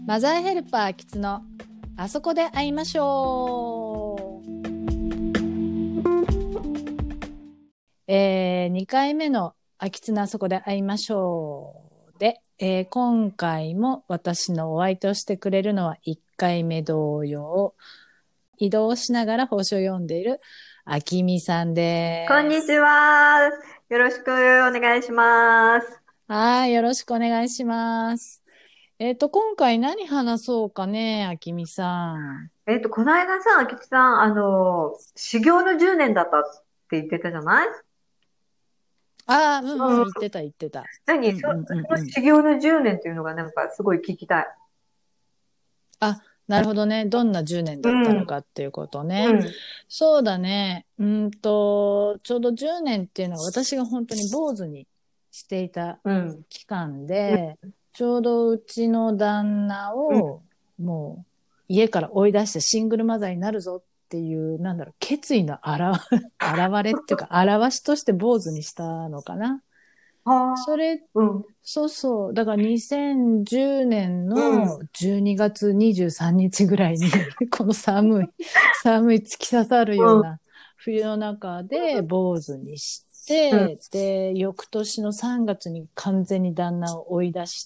マザーヘルパーキツのあそこで会いましょう。2回目のあきつのあそこで会いましょうで、今回も私のお相手をしてくれるのは1回目同様移動しながら報酬を読んでいるあきみさんです。 こんにちは。よろしくお願いします。 はい、よろしくお願いします。今回何話そうかね、あきみさん。 この間さ、あきちさん、修行の10年だったって言ってたじゃない？ ああ、うんうん、 うん。 言ってた言ってた。うんう何そんうんうん。 の修行の10年っていうのがなんかすごい聞きたい。 あ、なるほどね。どんな10年だったのうん。 かっていうことね。 うん。 そうだね。ちょうど10年っていうのは私が本当に坊主にしていたうん。 期間で、ちょうどうちの旦那うん。 をもう家から追い出してシングルマザーになるぞっていう、決意の現れっていうか、表しとして坊主にしたのかな。そはあ。 れ、 うん。 そうそう。だから2010年うのん。 12月23日ぐらいにこの寒い突き刺さるよううん。 な冬の中で坊主にしうん。 て、で、翌年の3月に完全に旦那を追い出して、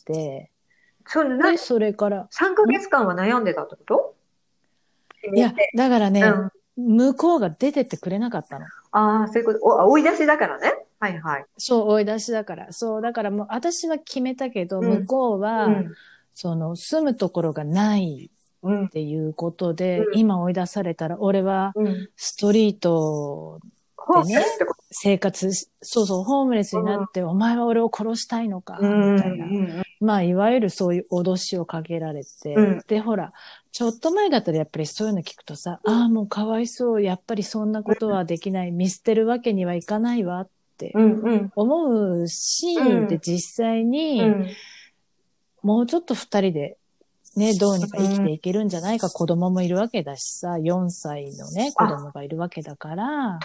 そうね、 で、それから、 3ヶ月間は悩んでたってこと？決いや、 めて。 だからね、 うん。 向こうが出てってくれなかったの。 ああ、そういうこと。追い出しだからね。はいはい。 そう、追い出しだから。そう、だからもう私は決めたけど、 うん。 向こうは、 うん。 住むところがないうん。 っていうことで、 うん。 今追い出されたら、俺はうん。 ストリートホーでね、 ムレスってこ生活し、そうそう、ホームレスになっと？ て、お前は俺を殺したいのうん。 か、みたいな。 うん。うん。 まあ、いわゆるそういう脅しをかけられて、 うん。 で、ほら、ちょっと前だったらやっぱりそういうの聞くとさ、ああ、もうかわいそう、やっぱりそんなことはできない、見捨てるわけにはいかないわってうん。うん。 思うし、で、 うん。 実際に、 うん。 もうちょっと二人でね、どうにか生きうん。 ていけるんじゃないか、子供もいるわけだしさ、4歳のね、子供あ、 がいるわけだから、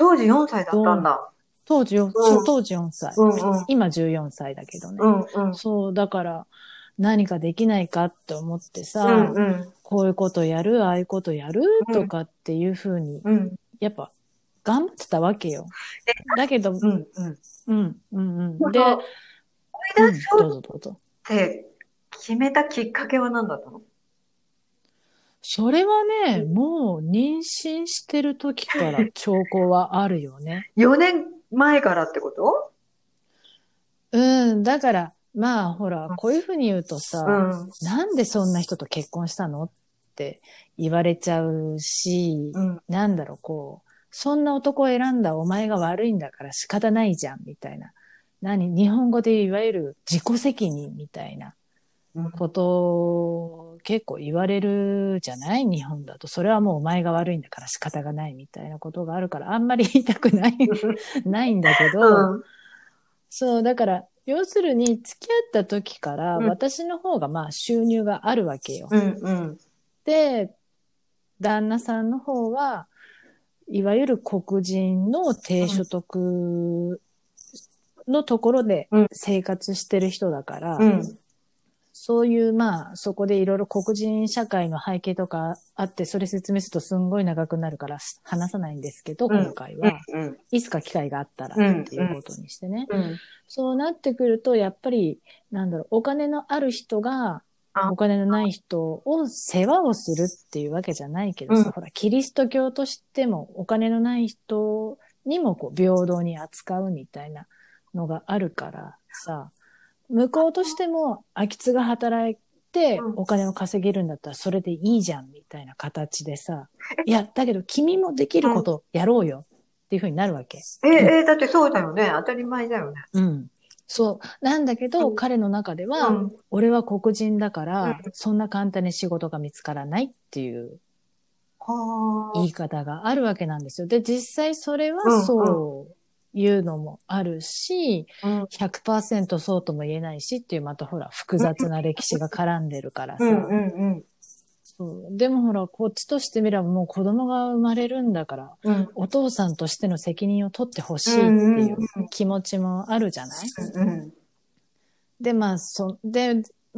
当時4歳だったんだ。うん。 当時4歳。 うん。うん。 今14歳だけどね。 うん。うん。 そう、だから何かできないかって思ってうん。 さ、 うん。 こういうことやる、ああいうことやるうん。 とかっていうふうに、 うん。 やっぱ頑張ってたわけよ。だけど、 うん。うん。 うん、うん、うん。で、 その、追い出うん、 そうっどうぞどうぞ。 て決めたきっかけは何だったの？ それはね、もう妊娠してる時から兆候はあるよね。 4年前からってこと？ うん、だから、まあほら、こういうふうに言うとさ、 うん。うん。 なんでそんな人と結婚したのって言われちゃうし、 うん。 そんな男を選んだお前が悪いんだから仕方ないじゃん、みたいな。日本語でいわゆる自己責任みたいなことを結構言われるじゃない日本だと。それはもうお前が悪いんだから仕方がないみたいなことがあるから、あんまり言いたくないないんだけど、 うん。 そう、だから、要するに付き合った時からうん。 私の方がまあ収入があるわけよ。 うん。うん。 で、旦那さんの方はいわゆる黒人の低所得のところでうん。 生活してる人だから、 うん。 そういうまあそこでいろいろ黒人社会の背景とかあって、それ説明するとすんごい長くなるから話さないんですけど、 うん。 今回は。 うん。 いつか機会があったらっうん。うん。 ていうことにしてね。 うん。 そうなってくると、やっぱり、お金のある人が、 あ、 お金のない人を世話をするっていうわけじゃないけどさ、 うん。 ほら、キリスト教としてもお金のない人にもこう平等に扱うみたいなのがあるからさ、向こうとしても空き巣が働いてうん。 お金を稼げるんだったらそれでいいじゃんみたいな形でさ、いや、だけど君もできるこうん。 とやろうよっていうふうになるわけ。 だってそうだよね。当たり前だよね。 うん。そう。なんだけど、 うん。 彼の中では、 うん。 俺は黒人だかうん。 ら、そんな簡単に仕事が見つからないっていう言いは方があるわけなんですよ。で、実際それはあ。うん。うん。 そういうのもあるし、 うん。 100%そうとも言えないしっていう、またほら、複雑な歴史が絡んでるからうん。 さ。 うん。うん。 そう。でもほら、こっちとしてみればもう子供が生まれるんだから、 うん。 お父さんとしての責任を取ってほうしいってん。うん。 いう気持ちもあるじゃない。 うん。 で、で、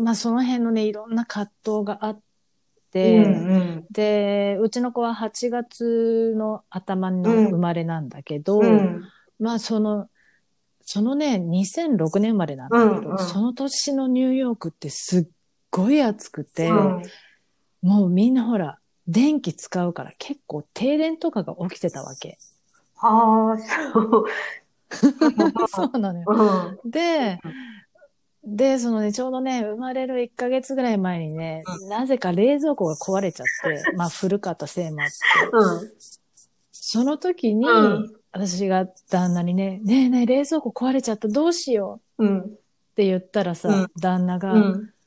まあその辺のね、いろんな葛藤があっうて、 んで、うちの子は8月の頭の生まれなんだけど、まあそのね、2006年生まれなんだけど、その年のニューヨークってすっごい暑くて、もうみんなほら、電気使うから結構停電とかが起きてたわけ。 ああ、そう。 そうなのよ。で、そのね、ちょうどね、生まれる1ヶ月ぐらい前にね、なぜか冷蔵庫が壊れちゃって、まあ古かったせいもあって、その時に、私が旦那にね、ねえねえ、冷蔵庫壊れちゃった、どうしようって言ったらさ、旦那が、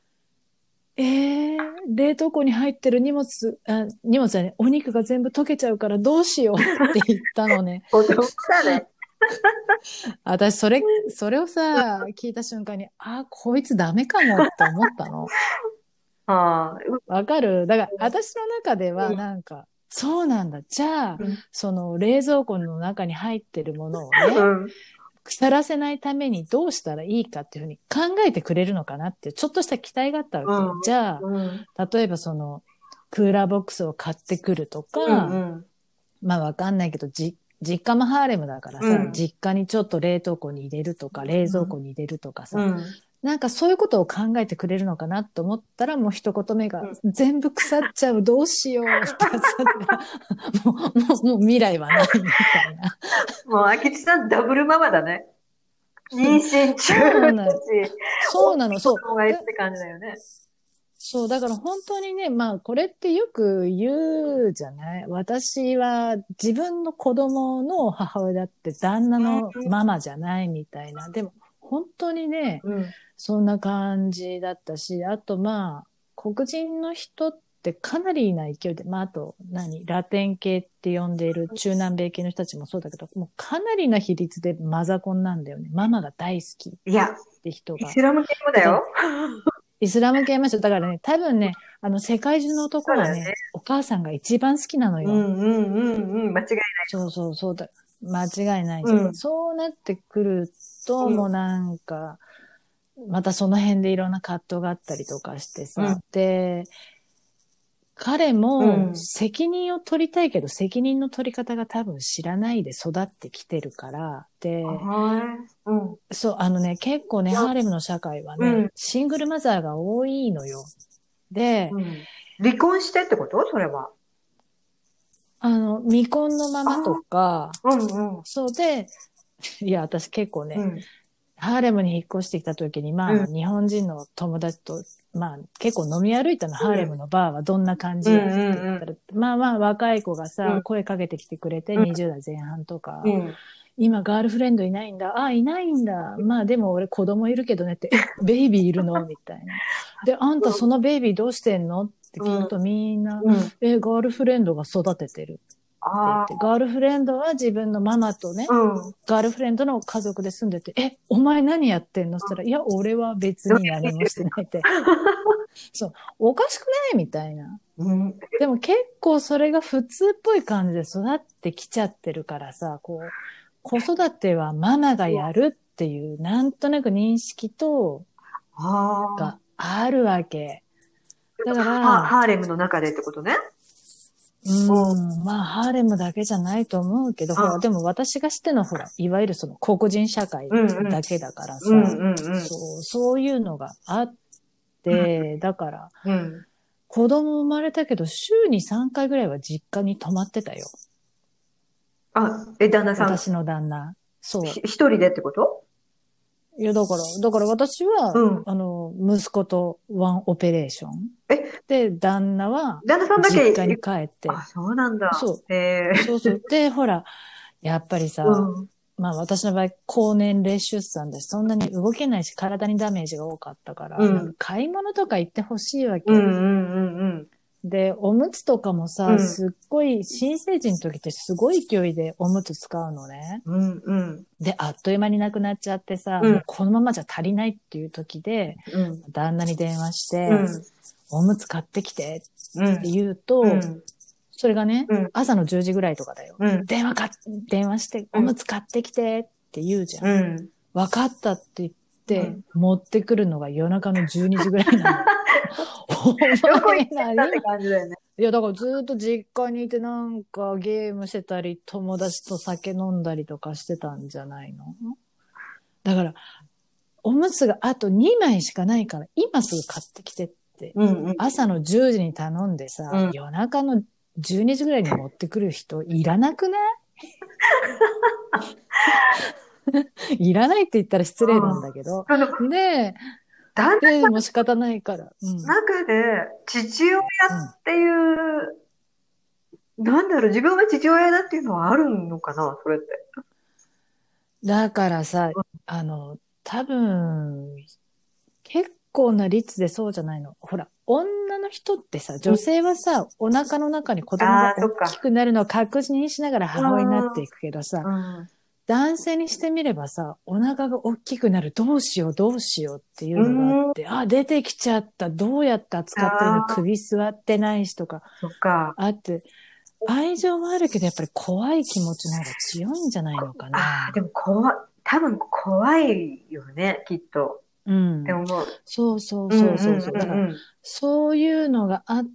冷凍庫に入ってる荷物はね、お肉が全部溶けちゃうからどうしようって言ったのね。 子供だね。 私、それをさ、聞いた瞬間に、あ、こいつダメかもって思ったの。わかる？だから、私の中ではなんか、そうなんだ。じゃあ、その冷蔵庫の中に入ってるものをね、腐らせないためにどうしたらいいかっていうふうに考えてくれるのかなっていう、ちょっとした期待があったわけ。じゃあ、例えばその、クーラーボックスを買ってくるとか、まあわかんないけど、実家もハーレムだからさ、実家にちょっと冷凍庫に入れるとか、冷蔵庫に入れるとかさ、なんかそういうことを考えてくれるのかなと思ったら、もう一言目が、全部腐っちゃう、どうしようってやつだったら、もう未来はないみたいな。 もう、あきちさんダブルママだね。妊娠中だし、 そうなの、そう。 子供がいるって感じだよね。 そう、だから本当にね、まあこれってよく言うじゃない？私は自分の子供の母親だって旦那のママじゃないみたいな。でも本当にね、そんな感じだったし、あとまあ、黒人の人ってかなりな勢いで、まああとラテン系って呼んでいる中南米系の人たちもそうだけど、もうかなりな比率でマザコンなんだよね。ママが大好きって人が。 イスラム系もだよ。 イスラム系もだからね、多分ね、世界中の男はね、お母さんが一番好きなのよ。 間違いない。 そうだ。間違いないじゃん。そうなってくると、もうなんか、またその辺でいろんな葛藤があったりとかしてさ。で、彼も責任を取りたいけど、責任の取り方が多分知らないで育ってきてるから、で、そう、結構ね、ハーレムの社会はね、シングルマザーが多いのよ。で、 離婚してってこと？それは。 未婚のままとか、そうで、いや、私結構ね、ハーレムに引っ越してきた時に、まあ、日本人の友達と、まあ、結構飲み歩いたの、ハーレムのバーはどんな感じやって言ったら、まあまあ、若い子がさ、声かけてきてくれて、20代前半とか、今ガールフレンドいないんだ。あ、いないんだ。まあでも俺子供いるけどねって、ベイビーいるのみたいな。で、あんたそのベイビーどうしてんのって聞くとみんな、ガールフレンドが育ててる。って言って、ガールフレンドは自分のママとね、ガールフレンドの家族で住んでて、お前何やってんのって言ったら、いや、俺は別に何もしてないって。そう、おかしくないみたいな。でも結構それが普通っぽい感じで育ってきちゃってるからさ、こう、子育てはママがやるっていう、なんとなく認識があるわけ。だから、 ハーレムの中でってことね。 まあ、ハーレムだけじゃないと思うけど、ほら、でも私がしてのほら、いわゆるその黒人社会だけだからさ、そういうのがあって、だから、子供生まれたけど、週に3回ぐらいは実家に泊まってたよ。 旦那さん。 私の旦那。そう。 一人でってこと？ いや、だから私は、息子とワンオペレーション。で、旦那は、実家に帰って。 そうなんだ。 そう。で、ほら、やっぱりさ、まあ私の場合、高年齢出産だし、そんなに動けないし、体にダメージが多かったから、買い物とか行ってほしいわけ。で、おむつとかもさ、すっごい、新生児の時ってすごい勢いでおむつ使うのね。で、あっという間になくなっちゃってさ、もうこのままじゃ足りないっていう時で、旦那に電話して、おむつ買ってきてって言うと、それがね、朝の10時ぐらいとかだよ。電話して、おむつ買ってきてって言うじゃん。わかったって言っって持ってくるのが夜中の12時ぐらいなの。 どこ行ってんだって感じだよね。 いや、だからずっと実家にいてなんかゲームしてたり、友達と酒飲んだりとかしてたんじゃないの？だから、おむつがあと2枚しかないから、今すぐ買ってきてって、 うんうん。 朝の10時に頼んでさ、 うん夜中の12時ぐらいに持ってくる人いらなくない？いらないって言ったら失礼なんだけど。で、 旦で、もう仕方ないから。うん。 那中で父親っていう、なんだろう、自分が父親だっていうのはあるのかな、それって。 だからさ、多分、結構な率でそうじゃないの。ほら、女の人ってさ、女性はさ、お腹の中に子供がああ、そっか。 大きくなるのを確認しながら母親になっていくけどさ、 うん。 男性にしてみればさ、お腹が大きくなる、どうしようどうしようっていううん。 のがあって、あ、出てきちゃった、どうやって扱っていいの、 ああ、 首座ってないしとかそっか。 あって、愛情はあるけど、やっぱり怖い気持ちの方が強いんじゃないのかああ、 な。 でも多分怖いよね、きっと。 うん。 って思う。 そうそううんうんそうそうそう。だから、 うんそういうのがあって、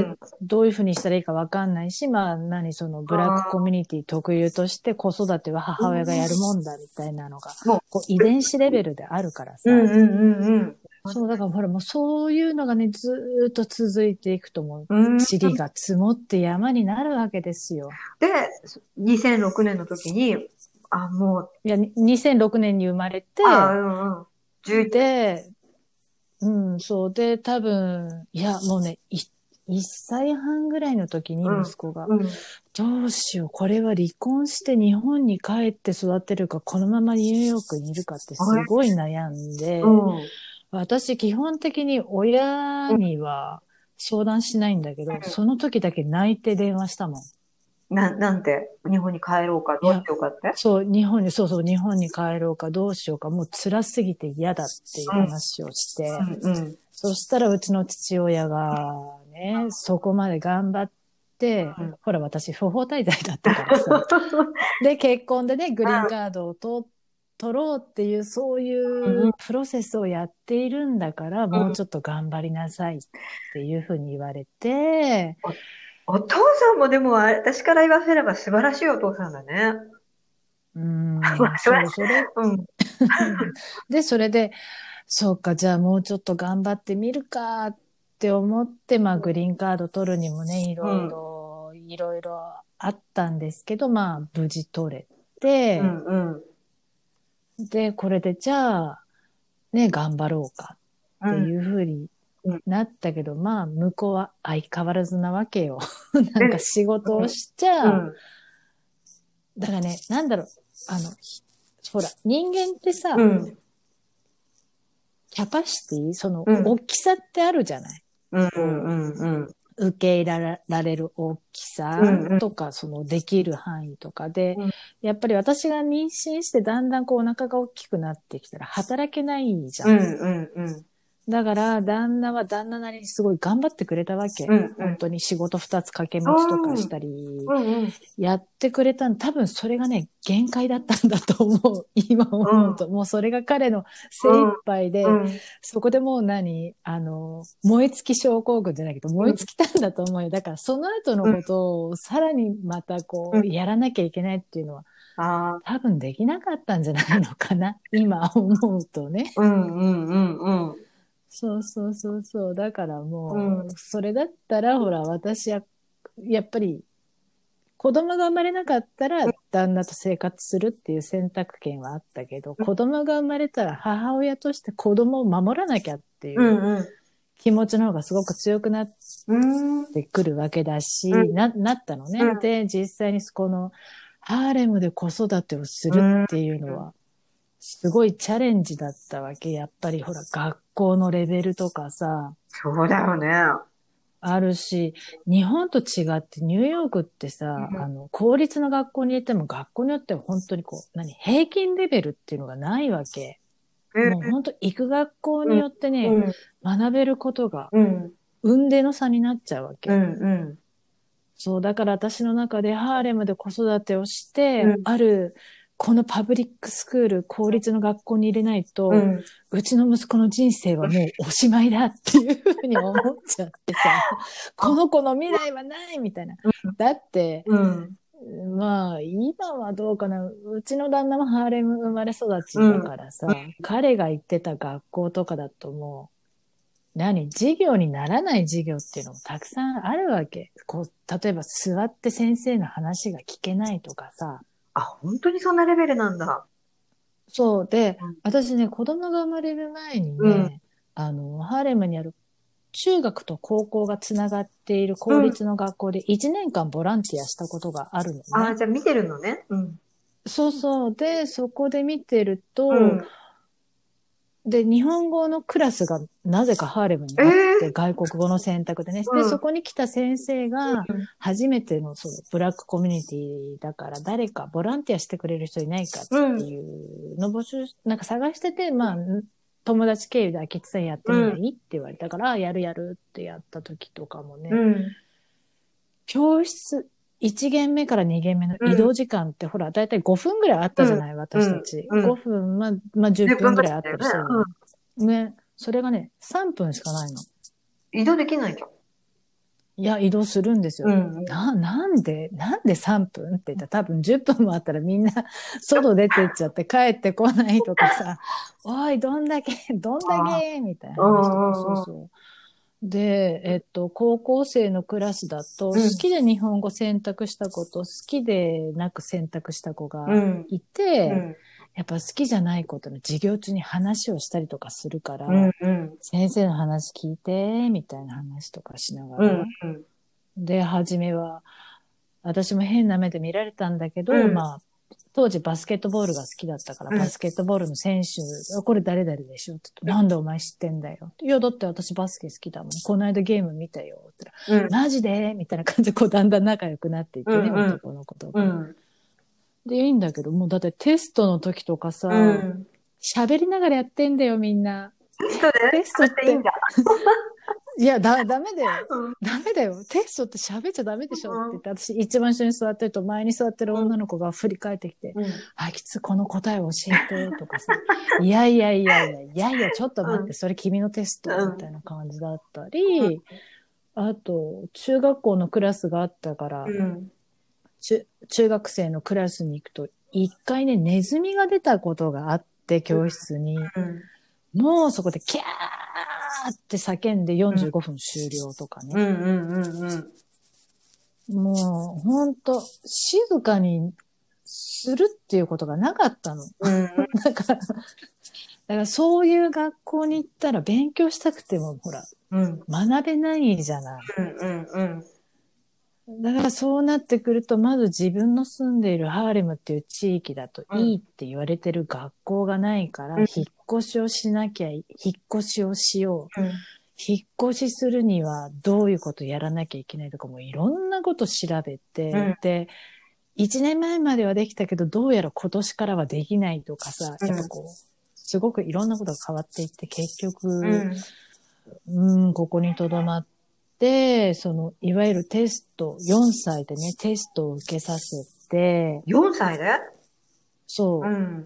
うん。 どういうふうにしたらいいかわかんないし、まあ、そのブラックコミュニティ特有として子育ては母親がやるもんだみたいなのが、 もこう遺伝子レベルであるからう、うんさ。 うんうんうん。 そう、だからほらもうそういうのがね、ずーっと続いていくともう、 うん。 塵が積もって山になるわけですよ。 で、2006年の時に、もう、 いや、2006年に生まれて、 うんうん。11年。 で、うん、そうで、多分、いや、もうね、1歳半ぐらいの時にうん。 息子が、 うん。 どうしよう、これは離婚して日本に帰って育てるか、このままニューヨークにいるかってすごい悩んうで、 ん。 私基本的に親には相談しないんだけど、その時だけ泣いて電話したもん。 なんて、日本に帰ろうか、どうしいや、 ようかって。 そう、日本に帰ろうかどうしようか、もう辛すぎて嫌だっていう話をして、 うんうん。 そしたらうちの父親がね、そこまで頑張って、 うん。 ほら私不法滞在だったからさ。で、結婚でね、グリーンカードを取ろうっていう、そういううんうん。 プロセスをやっているんだから、もうちょっと頑張りなさいっていうふうに言われて、 お父さんもでも私から言わせれば素晴らしいお父さんだね。まあ素晴らしい。 そう、 うん。 で、それで、そうか、じゃあもうちょっと頑張ってみるかって思って、まあグリーンカード取るにもね、いろいろあったんですけど、まあ無事取れて、 うんうん。 で、これでじゃあ、ね、頑張ろうかってうんいうふうにうん。 なったけど、まあ向こうは相変わらずなわけよ。なんかで、 仕事をしちゃ、 うん。 だからね、なんだろう、ほら、人間ってさ、 うん。 キャパシティ、そのうん。 大きさってあるじゃない。 うんうこんうん。 う、受け入れられる大きさうんうん。 とか、そのできる範囲とかで、 うんやっぱり私が妊娠してだんだんこうお腹が大きくなってきたら働けないじゃん。 うんうんだから、旦那は旦那なりにすごい頑張ってくれたわけ。 うんうん。 本当に仕事2つ掛け持ちとかうん。 したり、 うんうん。 やってくれた多分それがね、限界だったんだと思う。今思うと。もうそれが彼の精一杯で、 うん。 そこでもう燃え尽き症候群じゃないけど、燃え尽きたんだと思うよ。だからその後のうん。 ことをさらにまたこう、やらなきゃいけないっていうのは、 ああ。 多分できなかったんじゃないのかな。今思うとね。 うんうんうんうん。 そうそうそうそう。だからうん。 もう、それだったら、ほら、私は、やっぱり、子供が生まれなかったら、旦那と生活するっていう選択権はあったけど、子供が生まれたら母親として子供を守らなきゃっていううんうん。 気持ちの方がすごく強くなっうん。うん。 てくるわけだし、なったのね。で、実際にこの、ハーレムで子育てをすうん。 るっていうのは、すごいチャレンジだったわけ。やっぱりほら、学校のレベルとかさ、 そうだよね。 あるし、日本と違ってニューヨークってさ、公立の学校に行っても学校によっては本当にこう、平均レベルっていうのがないわけ。もう本当行く学校によってね、学べることが、 うん。 雲泥の差になっちゃうわけ。 うんうん。 そう、だから私の中でハーレムで子育てをして、 うん。 あるこのパブリックスクール、公立の学校に入れないと、うちの息子の人生はもうおしまいだっていうふうに思っちゃってさ、この子の未来はないみたいな。だって、まあ、今はどうかな。うちの旦那もハーレム生まれ育ちだからさ、彼が行ってた学校とかだともう、授業にならない授業っていうのもたくさんあるわけ。例えば座って先生の話が聞けないとかさ。 あ、本当にそんなレベルなんだ。 そうで、私ね、子供が生まれる前にね、ハーレムにある中学と高校がつながっている公立の学校で1年間ボランティアしたことがあるのね。 あ、じゃあ見てるのね。 そうそう。で、そこで見てると、で、日本語のクラスがなぜかハーレムにあって、外国語の選択でね。で、そこに来た先生が、初めてのそのブラックコミュニティだから、誰かボランティアしてくれる人いないかっていうの募集、なんか探してて、まあ、友達経由で秋津さんやってみないって言われたから、やるってやった時とかもね、教室、1限目から2限目の移動時間って、ほら、だいたい5分ぐらいあったじゃない、私たち。5分、まあ10分ぐらいあったりしたよね。それがね、3分しかないの。 移動できないじゃん。 いや、移動するんですよ。なんで3分って言ったら多分10分もあったらみんな外出てっちゃって帰ってこないとかさ、おい、どんだけみたいな話とか、そうそう。で、高校生のクラスだと、好きで日本語選択した子と好きでなく選択した子がいて、やっぱ好きじゃない子との授業中に話をしたりとかするから、先生の話聞いて、みたいな話とかしながら。で、初めは、私も変な目で見られたんだけど、まあ、当時バスケットボールが好きだったから、バスケットボールの選手、これ誰々でしょって言って、なんでお前知ってんだよ。いや、だって私バスケ好きだもん。この間ゲーム見たよ。って言ったら、マジでみたいな感じで、だんだん仲良くなっていってね、男の子とか。で、いいんだけど、もうだってテストの時とかさ、喋りながらやってんだよ、みんな。 テストっていいんだ。 いや、ダメだよ。ダメだよ。テストって喋っちゃダメでしょって言って、私一番下に座ってると前に座ってる女の子が振り返ってきて、あきつこの答えを教えて、とかさ、いや、ちょっと待って、それ君のテスト、みたいな感じだったり、あと、中学校のクラスがあったから、中学生のクラスに行くと、一回ね、ネズミが出たことがあって、教室に。もうそこでキャーって叫んで45分終了とかね。もうほんと静かにするっていうことがなかったの。だからそういう学校に行ったら勉強したくてもほら、学べないじゃない。だからそうなってくると、まず自分の住んでいるハーレムっていう地域だといいって言われてる学校がないから、引っ越しをしなきゃ、引っ越しをしよう。引っ越しするにはどういうことやらなきゃいけないとかもいろんなこと調べて、で、1年前まではできたけど、どうやら今年からはできないとかさ、やっぱこう、すごくいろんなことが変わっていって、結局、ここに留まって、で、いわゆるテスト、4歳でね、テストを受けさせて、 4歳でそう、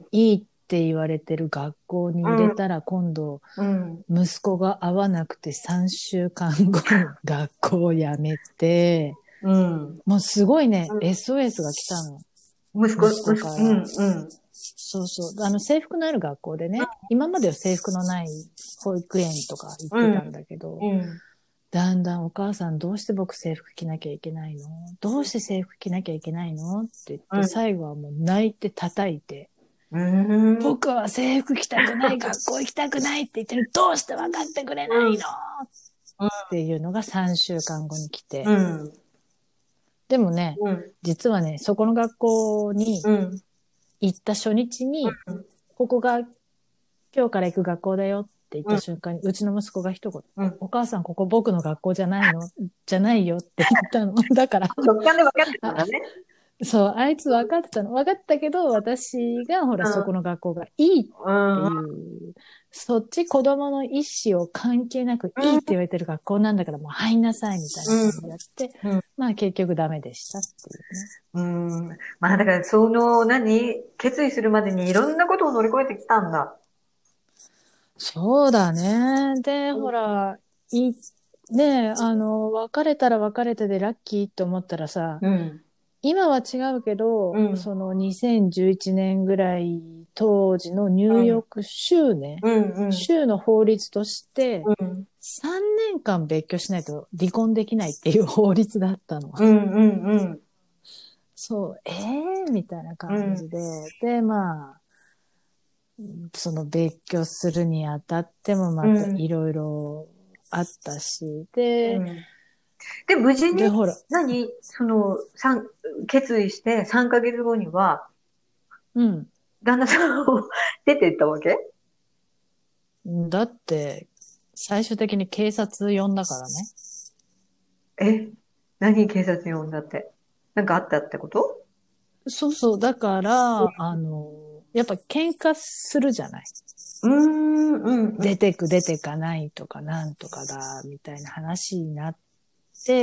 いいって言われてる学校に入れたら、今度、息子が合わなくて3週間後に学校を辞めて、もうすごいね、SOS が来たの。息子から。そうそう。制服のある学校でね、今までは制服のない保育園とか行ってたんだけど、だんだんお母さんどうして僕制服着なきゃいけないの？どうして制服着なきゃいけないの？って言って、最後はもう泣いて叩いて、僕は制服着たくない、学校行きたくないって言ってる、どうして分かってくれないの？っていうのが3週間後に来て。でもね、実はね、そこの学校に行った初日に、ここが今日から行く学校だよって言った瞬間に、うちの息子が一言、お母さんここ僕の学校じゃないの？じゃないよって言ったの。だから。 直感で分かってたんだね。 そう、あいつ分かってたの。分かったけど、私がほら、そこの学校がいいっていうそっち子供の意思を関係なくいいって言われてる学校なんだからもう入んなさいみたいな感じになって、まあ結局ダメでしたっていうね。まあだからその決意するまでにいろんなことを乗り越えてきたんだ。 そうだね。で、ほら、ね、別れたら別れたでラッキーって思ったらさ、 うん。 今は違うけど、 うん。 その2011年ぐらい当時のニューヨーク州ね、 うん。うん。 州の法律としてうん。 3年間別居しないと離婚できないっていう法律だったの。 うん。うん。うん。 そう、みたいなうん。 感じで。で、まあ、その別居するにあたってもまたうん。 いろいろあったし、で、 うん。で、無事に、 ほら、 その、決意して3ヶ月後には、 うん。 旦那さんを出てったわけ？ だって、最終的に警察呼んだからね。 え、警察呼んだって。なんかあったってこと？ そうそう。だから、やっぱ喧嘩するじゃない。 うん。 出てかないとかなんとかだ、みたいな話になって、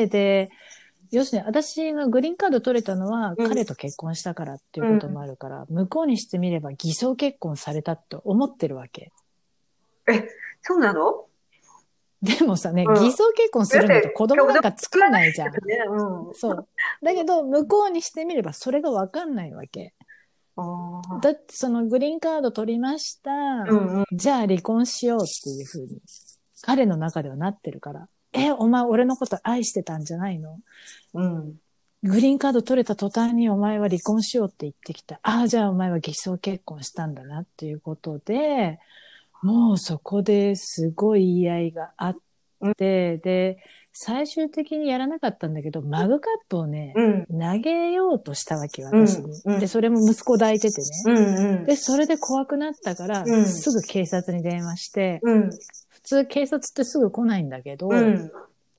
で、要するに私がグリーンカード取れたのはうん。 彼と結婚したからっていううん。 こともあるから、向こうにしてみれば偽装結婚されたと思ってるわけ。 え、そうなの？ でもさね、 うん。 偽装結婚するんだとだって、 子供なんか作んないじゃん。 ね、うん。 そう。だけど、向こうにしてみればそれがわかんないわけ。 ああ。 だってそのグリーンカード取りました。 うんうん。 じゃあ離婚しようっていうふうに、彼の中ではなってるから。お前俺のこと愛してたんじゃないの？ うん。 グリーンカード取れた途端にお前は離婚しようって言ってきた。ああ、じゃあお前は偽装結婚したんだなっていうことで、もうそこですごい言い合いがあっうん。 て、で、最終的にやらなかったんだけど、マグカップをね、 うん。 投げようとしたわけよ、 うん。 私に。 うん。 で、それも息子抱いててね。 うん。 で、それで怖くなったから、 うん。 すぐ警察に電話して、 うん。 普通警察ってすぐ来ないんだけど、 うん。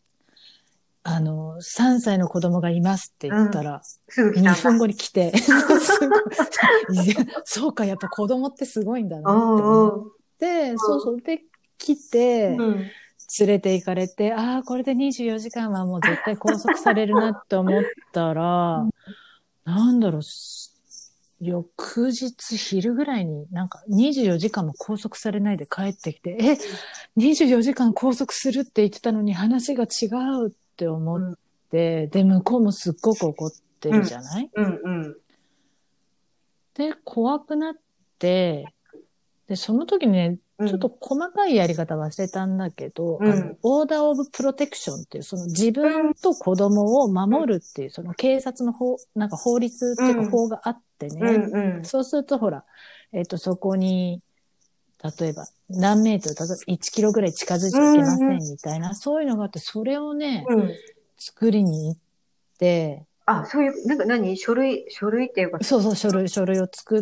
3歳の子供がいますって言うん。 ったら、 すぐ来たん 2分だ。 後に来て、すごい、いやそうか、やっぱ子供ってすごいんだうなって思っんうん。 て、そうそう、で、来て、 うん。 連れて行かれて、ああ、これで24時間はもう絶対拘束されるなって思ったら、なんだろう、翌日昼ぐらいになんか24時間も拘束されないで帰ってきて、24時間拘束するって言ってたのに話が違うって思っうん。 て、で、向こうもすっごく怒ってうん。 るじゃない？ うん。うん。 で、怖くなって、で、その時にね、ちょっと細かいやり方忘れたんだけど、 うん。 オーダーオブプロテクションっていう、その自分と子供を守るっていう、その警察のなんか法律っていうかうん。 法があってうね。 ん。 そうするとほら、そこに、例えば何メートル、例えば1キロぐらい近づいうちゃいけません。 んみたいな、そういうのがあって、それをね、 うん。 作りに行って、 あ、そういう、なんか書類っていうか、 そうそう、書類を作って、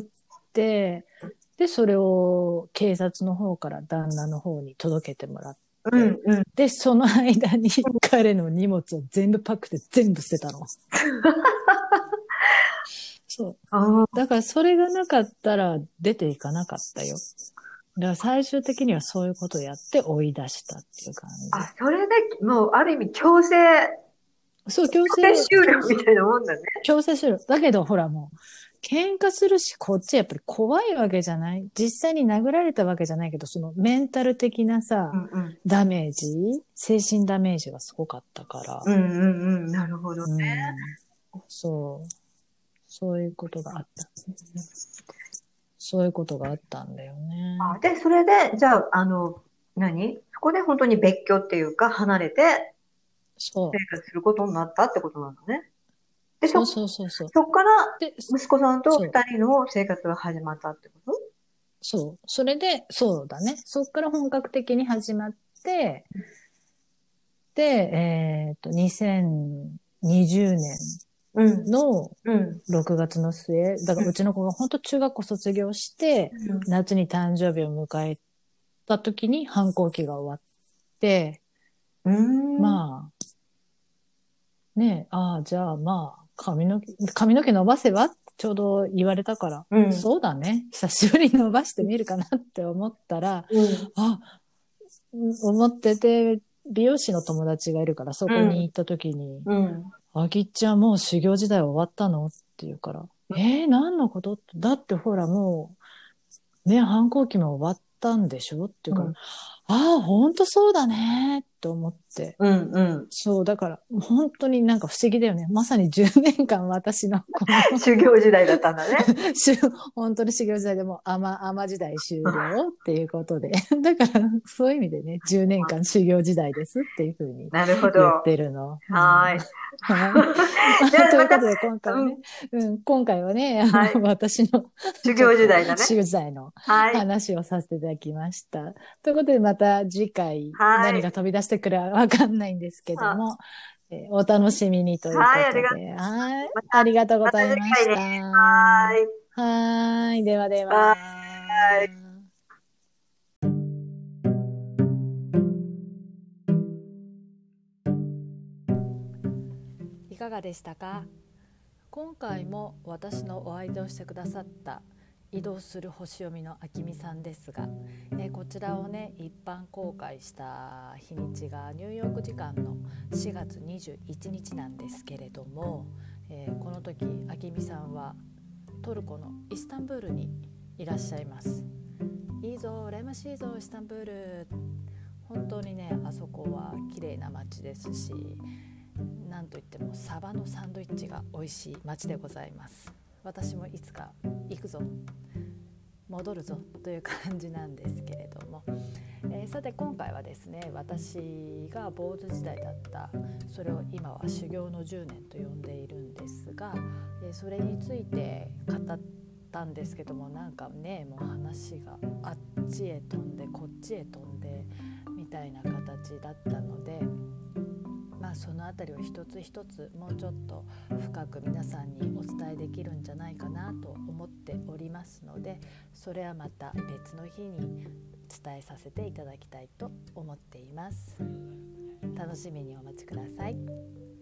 で、それを警察の方から旦那の方に届けてもらっうん。 て、 うん。 で、その間に彼の荷物を全部パックで全部捨てたの。そう。 ああ。 だからそれがなかったら出ていかなかったよ。だから最終的にはそういうことをやって追い出したっていう感じ。 あ、それで、もう、ある意味、 そう、 強制終了みたいなもんだね。 強制する。だけど、ほらもう、喧嘩するし、こっちやっぱり怖いわけじゃない？実際に殴られたわけじゃないけど、そのメンタル的なさ、 うんうん。 ダメージ精神ダメージがすごかったから。 うんうんうん。なるほどね。 うん。そう。そういうことがあった。そういうことがあったんだよね。 あ、で、それで、じゃあ、そこで本当に別居っていうか、離れて生そう。 活することになったってことなんだね。で、 そうそうそうそう。 そっからで、 息子さんとそう。 二人の生活が始まったってこと？ そう。それで、そうだね。そっから本格的に始まって、で、2020年うん。 のうん。 6月の末、だからうちの子が本当中学校卒業して、夏に誕生日を迎えた時に反抗期が終わって、 うん。うーん。 まあ、ね、じゃあまあ、髪の毛伸ばせばっちょうど言われたから、 うん。 そうだね。久しぶりに伸ばしてみるかなって思ったら、 うん。 思ってて、美容師の友達がいるから、そこに行った時に、 うん。 あきっちゃんもう修行時代終わったのって言うから、何のことだってほらもう、ね、反抗期も終わったんでしょって言うから、 うん。 ああ、ほんとそうだねって思って。 うん。うん。 そう、だから、本当になんか不思議だよね。まさに10年間私のこの修行時代だったんだね。 本当に修行時代でも甘時代終了っていうことで。だから、そういう意味でね、10年間修行時代ですっていうふうになるほど。 言ってるの。 はーい。 はい。 じゃあまた、 ということで、今回はね、 うん。 今回はね、 はい。 私の修ちょっと行時代だね。 修行時代のはい。 話をさせていただきました。ということで、また次回はい。 何が飛び出してくるかわかんないんですけどあ、 も、お楽しみにというはい、 ことで、はい、 また、 ありがとうごまたざい次回ね。 ました。 はーい。 はい、ではでバは。 イ。 いかがでしたか？今回も私のお相手をしてくださった移動する星読みのあきみさんですが、こちらをね一般公開した日にちがニューヨーク時間の4月21日なんですけれども、この時あきみさんはトルコのイスタンブールにいらっしゃいます。いいぞ、羨ましいぞイスタンブール。本当にね、あそこは綺麗な街ですし、なんといってもサバのサンドイッチが美味しい街でございます。私もいつか行くぞ、戻るぞという感じなんですけれども、さて今回はですね、私が坊主時代だった、それを今は修行の10年と呼んでいるんですが、それについて語ったんですけども、なんかね、もう話があっちへ飛んでこっちへ飛んでみたいな形だったので、そのあたりを一つ一つもうちょっと深く皆さんにお伝えできるんじゃないかなと思っておりますので、それはまた別の日に伝えさせていただきたいと思っています。楽しみにお待ちください。